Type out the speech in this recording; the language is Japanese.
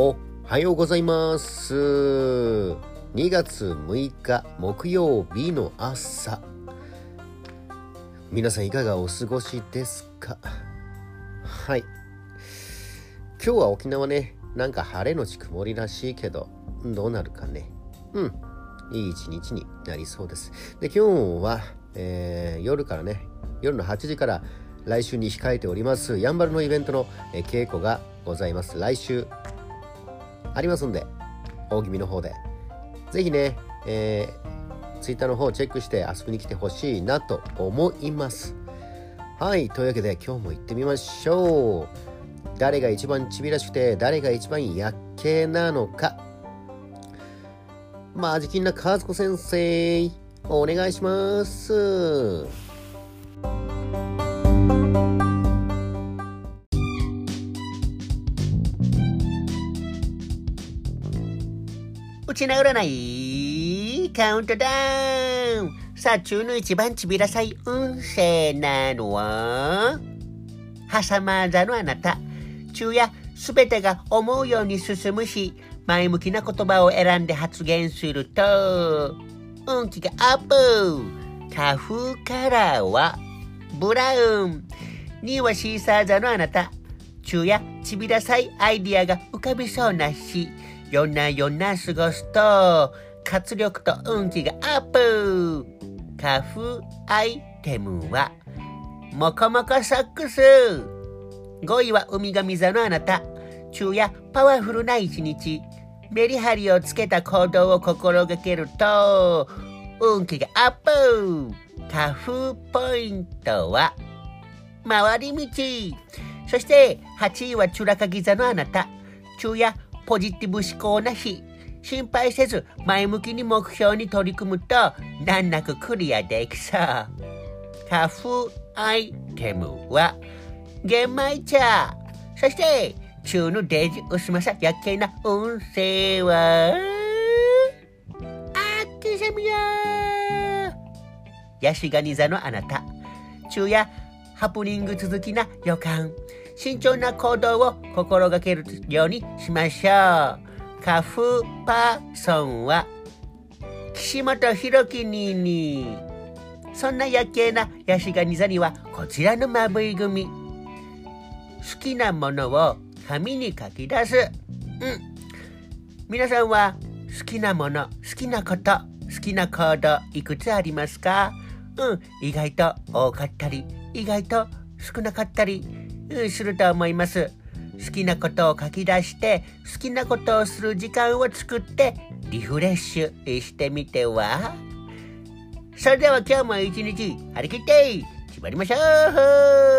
おはようございます。2月6日木曜日の朝、皆さんいかがお過ごしですか？はい、今日は沖縄ね、なんか晴れのち曇りらしいけど、どうなるかね。いい一日になりそうです。で、今日は、夜の8時から来週に控えておりますやんばるのイベントの、稽古がございます。来週ありますんで、大気味の方でぜひね、ツイッターの方をチェックして遊びに来てほしいなと思います。はい、というわけで今日も行ってみましょう。誰が一番ちびらしくて誰が一番やっけなのか、マジキンな和子先生、お願いします。 うちな占いカウントダウン。さあ、中の一番ちびらさい運勢なのはハサマ座のあなた。昼夜すべてが思うように進むし、前向きな言葉を選んで発言すると運気がアップ。花風カラーはブラウン。2位はシーサー座のあなた。昼夜ちびらさいアイディアが浮かびそうな日、よんな過ごすと活力と運気がアップ。花風アイテムはもこもこソックス。5位は海神座のあなた。昼夜パワフルな一日、メリハリをつけた行動を心がけると運気がアップ。花風ポイントは回り道。そして8位はチュラカギ座のあなた。昼夜ポジティブ思考な日、心配せず前向きに目標に取り組むと難なくクリアできそう。花風アイテムは玄米茶。そして中のデージ薄まさやっけな運勢はアッキセミヤヤシガニ座のあなた。昼夜ハプニング続きな予感、慎重な行動を心がけるようにしましょう。花風パーソンは岸本弘樹に。そんな夜景なヤシガニ座にはこちらのまぶい組。好きなものを紙に書き出す。皆さんは好きなもの、好きなこと、好きな行動いくつありますか？意外と多かったり意外と少なかったりすると思います。好きなことを書き出して好きなことをする時間を作ってリフレッシュしてみては。それでは今日も一日張り切って縛りましょう。